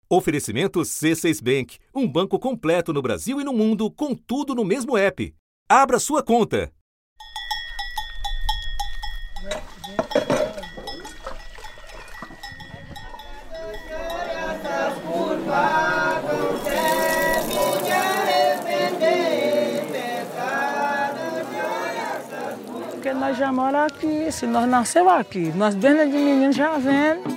Oferecimento C6 Bank, um banco completo no Brasil e no mundo, com tudo no mesmo app. Abra sua conta. Porque nós já moramos aqui, se nós nascemos aqui, nós desde de menino já vendo.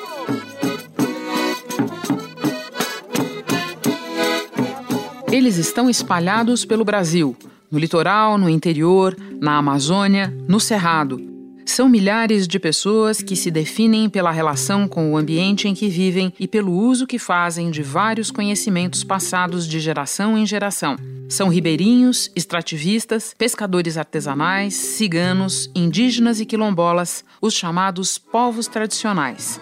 Eles estão espalhados pelo Brasil, no litoral, no interior, na Amazônia, no Cerrado. São milhares de pessoas que se definem pela relação com o ambiente em que vivem e pelo uso que fazem de vários conhecimentos passados de geração em geração. São ribeirinhos, extrativistas, pescadores artesanais, ciganos, indígenas e quilombolas, os chamados povos tradicionais.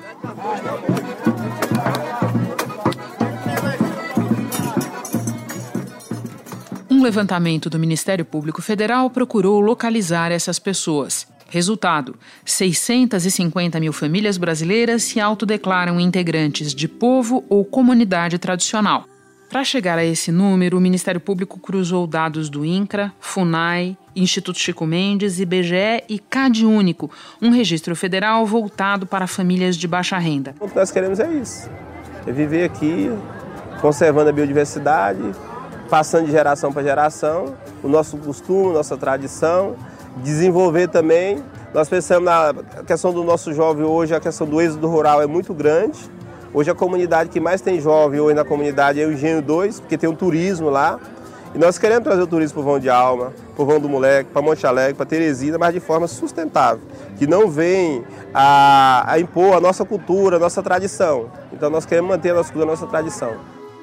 Um levantamento do Ministério Público Federal procurou localizar essas pessoas. Resultado: 650 mil famílias brasileiras se autodeclaram integrantes de povo ou comunidade tradicional. Para chegar a esse número, o Ministério Público cruzou dados do INCRA, FUNAI, Instituto Chico Mendes, IBGE e CadÚnico, um registro federal voltado para famílias de baixa renda. O que nós queremos é isso, é viver aqui, conservando a biodiversidade, passando de geração para geração, o nosso costume, nossa tradição, desenvolver também. Nós pensamos na questão do nosso jovem hoje, a questão do êxodo rural é muito grande. Hoje a comunidade que mais tem jovem hoje na comunidade é o Engenho 2, porque tem um turismo lá. E nós queremos trazer o turismo para o Vão de Alma, para o Vão do Moleque, para Monte Alegre, para Teresina, mas de forma sustentável, que não vem a impor a nossa cultura, a nossa tradição. Então nós queremos manter a nossa cultura, a nossa tradição.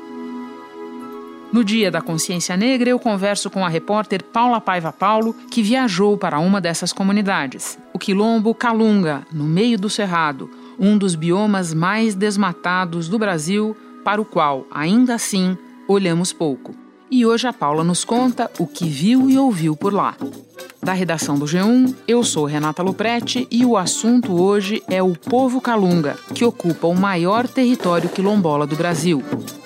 No Dia da Consciência Negra, eu converso com a repórter Paula Paiva Paulo, que viajou para uma dessas comunidades, o Quilombo Calunga, no meio do Cerrado, um dos biomas mais desmatados do Brasil, para o qual, ainda assim, olhamos pouco. E hoje a Paula nos conta o que viu e ouviu por lá. Da redação do G1, eu sou Renata Lopretti e o assunto hoje é o povo Calunga, que ocupa o maior território quilombola do Brasil.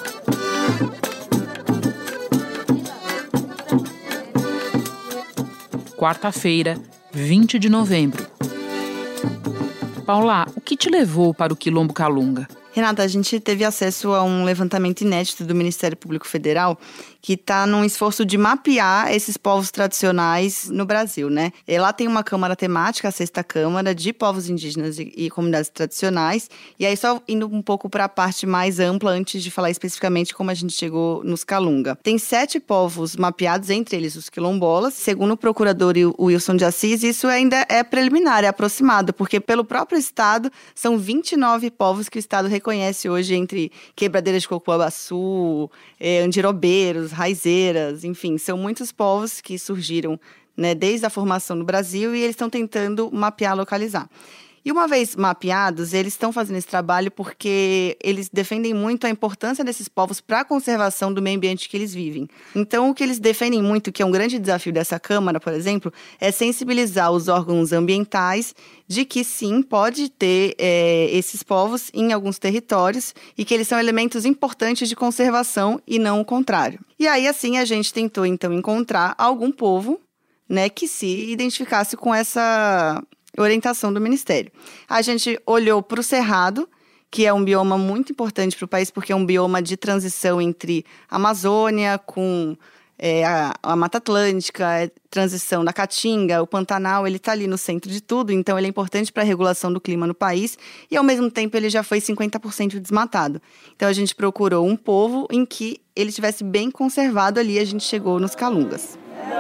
Quarta-feira, 20 de novembro. Paula, o que te levou para o Quilombo Calunga? Renata, a gente teve acesso a um levantamento inédito do Ministério Público Federal que está num esforço de mapear esses povos tradicionais no Brasil, né? E lá tem uma câmara temática, a 6ª Câmara, de povos indígenas e comunidades tradicionais. E aí, só indo um pouco para a parte mais ampla, antes de falar especificamente como a gente chegou nos Calunga. Tem 7 povos mapeados, entre eles os quilombolas. Segundo o procurador Wilson de Assis, isso ainda é preliminar, é aproximado, porque pelo próprio Estado, são 29 povos que o Estado reconhece hoje, entre quebradeiras de coco-babaçu, andirobeiros, raizeiras, enfim, são muitos povos que surgiram, né, desde a formação no Brasil e eles estão tentando mapear, localizar. E uma vez mapeados, eles estão fazendo esse trabalho porque eles defendem muito a importância desses povos para a conservação do meio ambiente que eles vivem. Então, o que eles defendem muito, que é um grande desafio dessa Câmara, por exemplo, é sensibilizar os órgãos ambientais de que sim, pode ter esses povos em alguns territórios e que eles são elementos importantes de conservação e não o contrário. E aí, assim, a gente tentou, então, encontrar algum povo, né, que se identificasse com essa orientação do Ministério. A gente olhou para o Cerrado, que é um bioma muito importante para o país, porque é um bioma de transição entre a Amazônia com a Mata Atlântica, transição da Caatinga, o Pantanal, ele está ali no centro de tudo, então ele é importante para a regulação do clima no país e, ao mesmo tempo, ele já foi 50% desmatado. Então, a gente procurou um povo em que ele estivesse bem conservado ali, a gente chegou nos Calungas.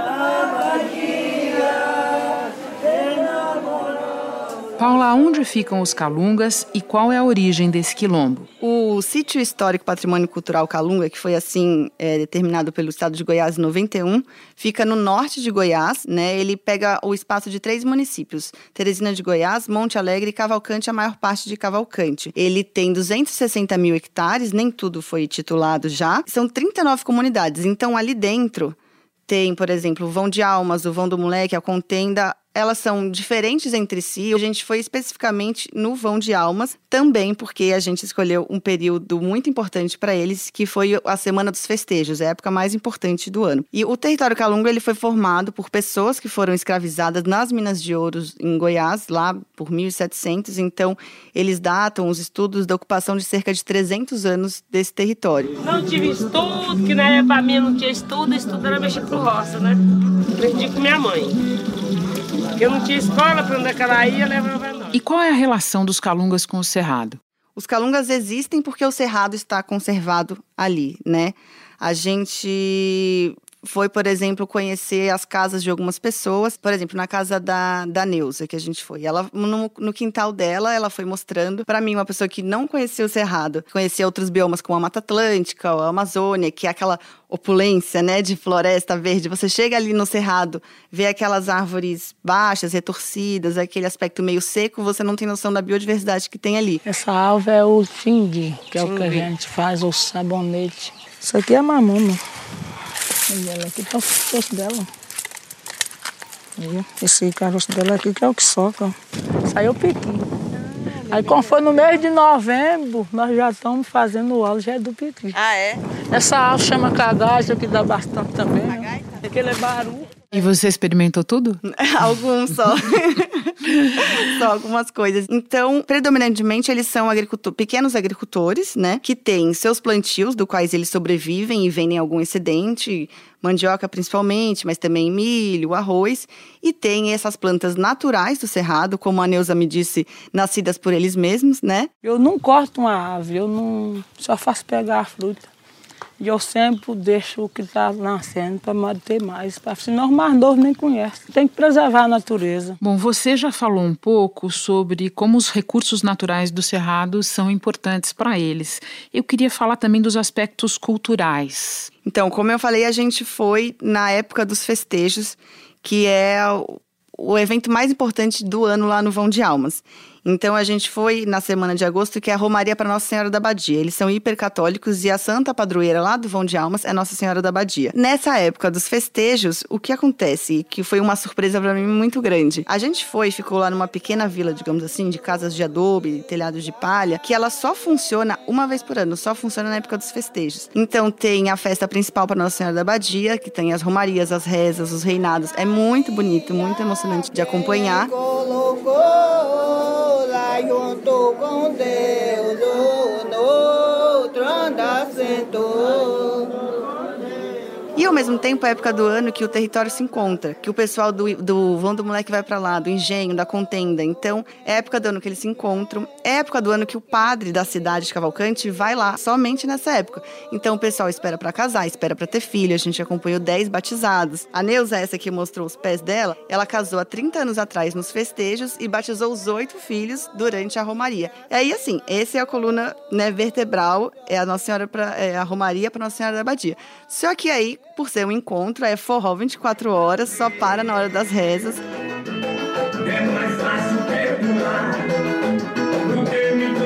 Paula, onde ficam os Calungas e qual é a origem desse quilombo? O Sítio Histórico Patrimônio Cultural Calunga, que foi assim determinado pelo Estado de Goiás em 91, fica no norte de Goiás, né? Ele pega o espaço de 3 municípios, Teresina de Goiás, Monte Alegre e Cavalcante, a maior parte de Cavalcante. Ele tem 260 mil hectares, nem tudo foi titulado já, são 39 comunidades, então ali dentro tem, por exemplo, o Vão de Almas, o Vão do Moleque, a Contenda, elas são diferentes entre si. A gente foi especificamente no Vão de Almas, também porque a gente escolheu um período muito importante para eles, que foi a Semana dos Festejos, a época mais importante do ano. E o território Calunga, ele foi formado por pessoas que foram escravizadas nas Minas de Ouro em Goiás, lá por 1700. Então, eles datam os estudos da ocupação de cerca de 300 anos desse território. Não tive estudo, que na época minha não tinha estudo era mexer pro roça, né? Aprendi com minha mãe. Eu não tinha escola para onde ela ia, levava nós. E qual é a relação dos calungas com o cerrado? Os calungas existem porque o cerrado está conservado ali, né? A gente foi, por exemplo, conhecer as casas de algumas pessoas. Por exemplo, na casa da Neuza, que a gente foi. Ela, no quintal dela, ela foi mostrando para mim, uma pessoa que não conhecia o cerrado, conhecia outros biomas como a Mata Atlântica, a Amazônia, que é aquela opulência, né, de floresta verde. Você chega ali no cerrado, vê aquelas árvores baixas, retorcidas, aquele aspecto meio seco, você não tem noção da biodiversidade que tem ali. Essa árvore é o tingui, que é o que a gente faz, o sabonete. Isso aqui é mamona. Ela aqui tá o caroço dela. Esse caroço dela aqui que é o que soca. Saiu o piqui. Aí quando foi no mês de novembro, nós já estamos fazendo o óleo, já é do piqui. Ah, é? Essa árvore chama cagaja, que dá bastante também. Né? Aquele é baru. E você experimentou tudo? Alguns só. Só algumas coisas. Então, predominantemente, eles são pequenos agricultores, né? Que têm seus plantios, do quais eles sobrevivem e vendem algum excedente, mandioca principalmente, mas também milho, arroz. E tem essas plantas naturais do cerrado, como a Neuza me disse, nascidas por eles mesmos, né? Eu não corto uma árvore, eu não só faço pegar a fruta. E eu sempre deixo o que está nascendo para manter mais, senão os mais novos nem conhecem. Tem que preservar a natureza. Bom, você já falou um pouco sobre como os recursos naturais do Cerrado são importantes para eles. Eu queria falar também dos aspectos culturais. Então, como eu falei, a gente foi na época dos festejos, que é o evento mais importante do ano lá no Vão de Almas. Então, a gente foi na semana de agosto, que é a Romaria para Nossa Senhora da Badia. Eles são hipercatólicos e a santa padroeira lá do Vão de Almas é Nossa Senhora da Badia. Nessa época dos festejos, o que acontece, que foi uma surpresa para mim muito grande. A gente ficou lá numa pequena vila, digamos assim, de casas de adobe, telhados de palha, que ela só funciona uma vez por ano, só funciona na época dos festejos. Então, tem a festa principal para Nossa Senhora da Badia, que tem as romarias, as rezas, os reinados. É muito bonito, muito emocionante de acompanhar. Junto com Deus, o outro anda sentou. E ao mesmo tempo é a época do ano que o território se encontra, que o pessoal do Vão do Moleque vai para lá, do engenho, da contenda. Então, é a época do ano que eles se encontram, é a época do ano que o padre da cidade de Cavalcante vai lá, somente nessa época. Então, o pessoal espera para casar, espera para ter filho. A gente acompanhou 10 batizados. A Neuza, essa que mostrou os pés dela, ela casou há 30 anos atrás nos festejos e batizou os 8 filhos durante a Romaria. E aí, assim, essa é a coluna, né, vertebral, é a Nossa Senhora a Romaria para Nossa Senhora da Badia. Só que aí, por ser um encontro, é forró 24 horas, só para na hora das rezas. É mais fácil perdoar do que me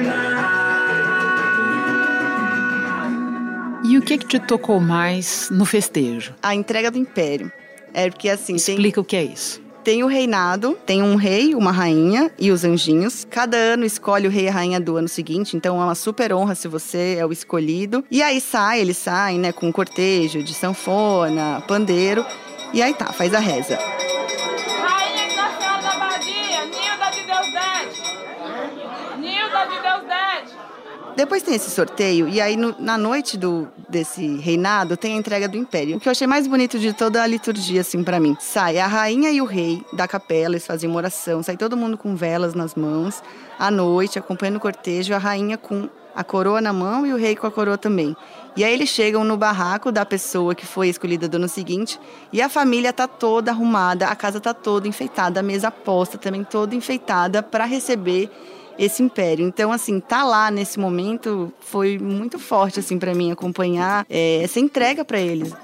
condenar. E o que te tocou mais no festejo? A entrega do império. É porque assim... Explica o que é isso. Tem o reinado, tem um rei, uma rainha e os anjinhos. Cada ano escolhe o rei e a rainha do ano seguinte, então é uma super honra se você é o escolhido. E aí eles saem, né, com um cortejo de sanfona, pandeiro, e aí faz a reza. Rainha de Nossa Senhora da Badia, Nilda de Deus Dete. Nilda de Deus Dete. Depois tem esse sorteio, e aí na noite desse reinado tem a entrega do império. O que eu achei mais bonito de toda a liturgia, assim, pra mim. Sai a rainha e o rei da capela, eles fazem uma oração, sai todo mundo com velas nas mãos, à noite, acompanhando o cortejo, a rainha com a coroa na mão e o rei com a coroa também. E aí eles chegam no barraco da pessoa que foi escolhida do ano seguinte, e a família tá toda arrumada, a casa tá toda enfeitada, a mesa posta também toda enfeitada para receber esse império. Então, assim, tá lá nesse momento foi muito forte, assim, para mim acompanhar essa entrega para eles.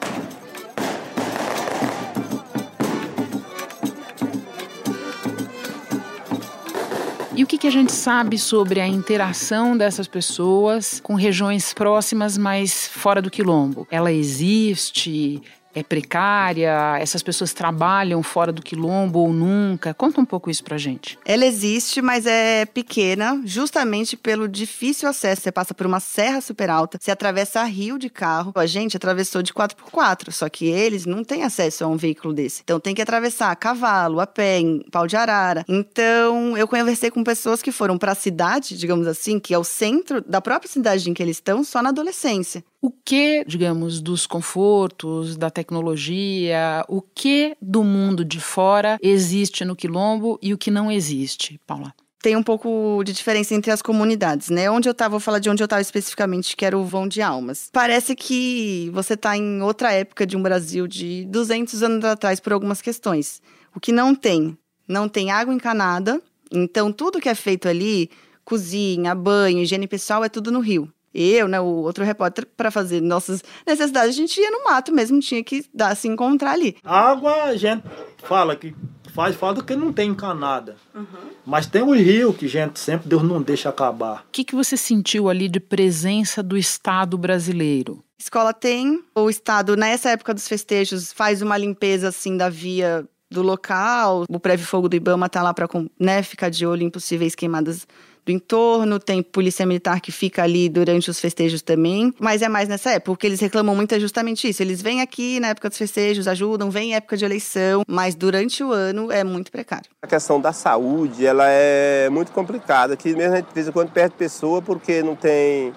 E o que a gente sabe sobre a interação dessas pessoas com regiões próximas, mas fora do quilombo? Ela existe? é precária? Essas pessoas trabalham fora do quilombo ou nunca? Conta um pouco isso pra gente. Ela existe, mas é pequena, justamente pelo difícil acesso. Você passa por uma serra super alta, você atravessa rio de carro. A gente atravessou de 4x4, só que eles não têm acesso a um veículo desse. Então tem que atravessar a cavalo, a pé, em pau de arara. Então eu conversei com pessoas que foram para a cidade, digamos assim, que é o centro da própria cidade em que eles estão, só na adolescência. O que, digamos, dos confortos, da tecnologia, o que do mundo de fora existe no quilombo e o que não existe, Paula? Tem um pouco de diferença entre as comunidades, né? Vou falar de onde eu estava especificamente, que era o Vão de Almas. Parece que você está em outra época de um Brasil de 200 anos atrás por algumas questões. O que não tem água encanada, então tudo que é feito ali, cozinha, banho, higiene pessoal, é tudo no rio. O outro repórter, para fazer nossas necessidades, a gente ia no mato mesmo, tinha que se encontrar ali. A água, a gente fala que faz falta que não tem encanada. Mas tem o rio que, gente, sempre Deus não deixa acabar. O que você sentiu ali de presença do Estado brasileiro? Escola tem, o Estado, nessa época dos festejos, faz uma limpeza, assim, da via do local. O prévio fogo do Ibama tá lá para ficar de olho em possíveis queimadas do entorno, tem polícia militar que fica ali durante os festejos também, mas é mais nessa época, o que eles reclamam muito é justamente isso, eles vêm aqui na época dos festejos, ajudam, vêm em época de eleição, mas durante o ano é muito precário. A questão da saúde, ela é muito complicada, aqui mesmo a gente de vez em quando perde pessoa porque não tem,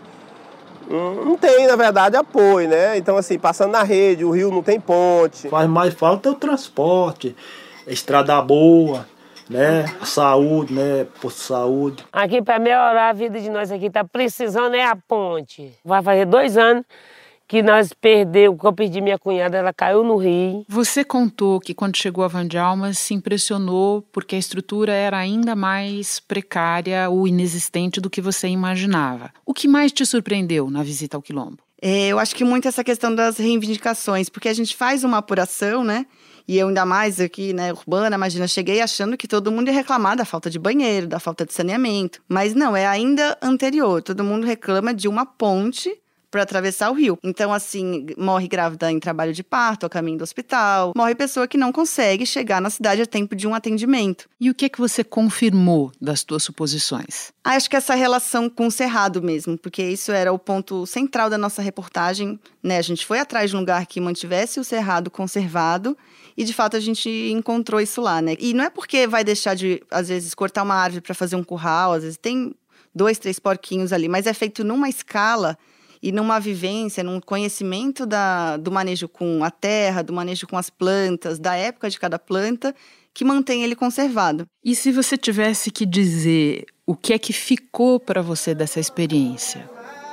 na verdade, apoio, né? Então, assim, passando na rede, o rio não tem ponte. Faz mais falta o transporte, a estrada boa, né? A saúde, né? Posto de saúde. Aqui, para melhorar a vida de nós aqui, tá precisando a ponte. Vai fazer 2 anos que nós perdemos, que eu perdi minha cunhada, ela caiu no rio. Você contou que quando chegou a Vão de Almas se impressionou porque a estrutura era ainda mais precária ou inexistente do que você imaginava. O que mais te surpreendeu na visita ao quilombo? Eu acho que muito essa questão das reivindicações, porque a gente faz uma apuração, né? E eu ainda mais aqui, né, urbana, imagina, cheguei achando que todo mundo ia reclamar da falta de banheiro, da falta de saneamento. Mas não, é ainda anterior. Todo mundo reclama de uma ponte para atravessar o rio. Então, assim, morre grávida em trabalho de parto, a caminho do hospital. Morre pessoa que não consegue chegar na cidade a tempo de um atendimento. E o que é que você confirmou das tuas suposições? Acho que essa relação com o cerrado mesmo, porque isso era o ponto central da nossa reportagem, né? A gente foi atrás de um lugar que mantivesse o cerrado conservado e, de fato, a gente encontrou isso lá, né? E não é porque vai deixar de, às vezes, cortar uma árvore para fazer um curral, às vezes tem 2, 3 porquinhos ali, mas é feito numa escala e numa vivência, num conhecimento do manejo com a terra, do manejo com as plantas, da época de cada planta, que mantém ele conservado. E se você tivesse que dizer o que é que ficou para você dessa experiência?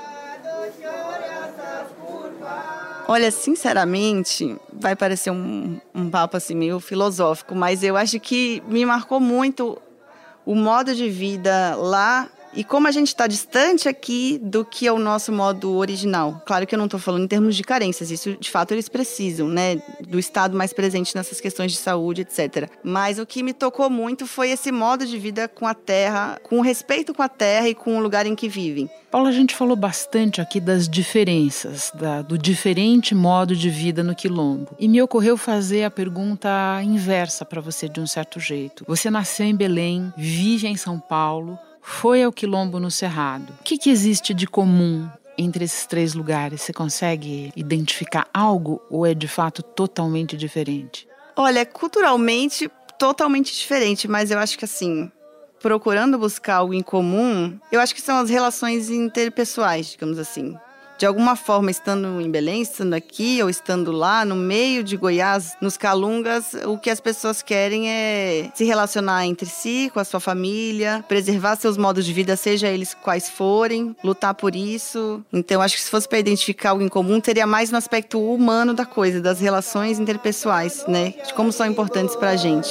Olha, sinceramente, vai parecer um papo assim meio filosófico, mas eu acho que me marcou muito o modo de vida lá e como a gente está distante aqui do que é o nosso modo original. Claro que eu não estou falando em termos de carências, isso de fato eles precisam, né, do Estado mais presente nessas questões de saúde, etc. Mas o que me tocou muito foi esse modo de vida com a terra, com o respeito com a terra e com o lugar em que vivem. Paula, a gente falou bastante aqui das diferenças, do diferente modo de vida no quilombo. E me ocorreu fazer a pergunta inversa para você de um certo jeito. Você nasceu em Belém, vive em São Paulo, foi ao quilombo no Cerrado. O que existe de comum entre esses 3 lugares? Você consegue identificar algo ou é de fato totalmente diferente? Olha, culturalmente totalmente diferente, mas eu acho que assim, procurando buscar algo em comum, eu acho que são as relações interpessoais, digamos assim. De alguma forma, estando em Belém, estando aqui ou estando lá, no meio de Goiás, nos Calungas, o que as pessoas querem é se relacionar entre si, com a sua família, preservar seus modos de vida, seja eles quais forem, lutar por isso. Então, acho que se fosse para identificar algo em comum, teria mais no aspecto humano da coisa, das relações interpessoais, né? De como são importantes para a gente.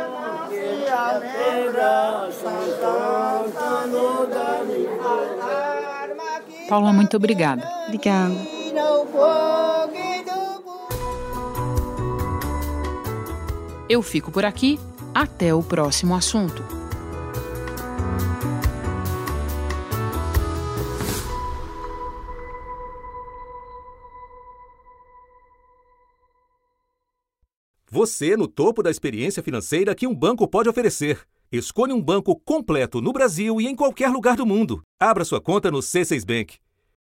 Paula, muito obrigada. Obrigada. Eu fico por aqui. Até o próximo assunto. Você no topo da experiência financeira que um banco pode oferecer. Escolha um banco completo no Brasil e em qualquer lugar do mundo. Abra sua conta no C6 Bank.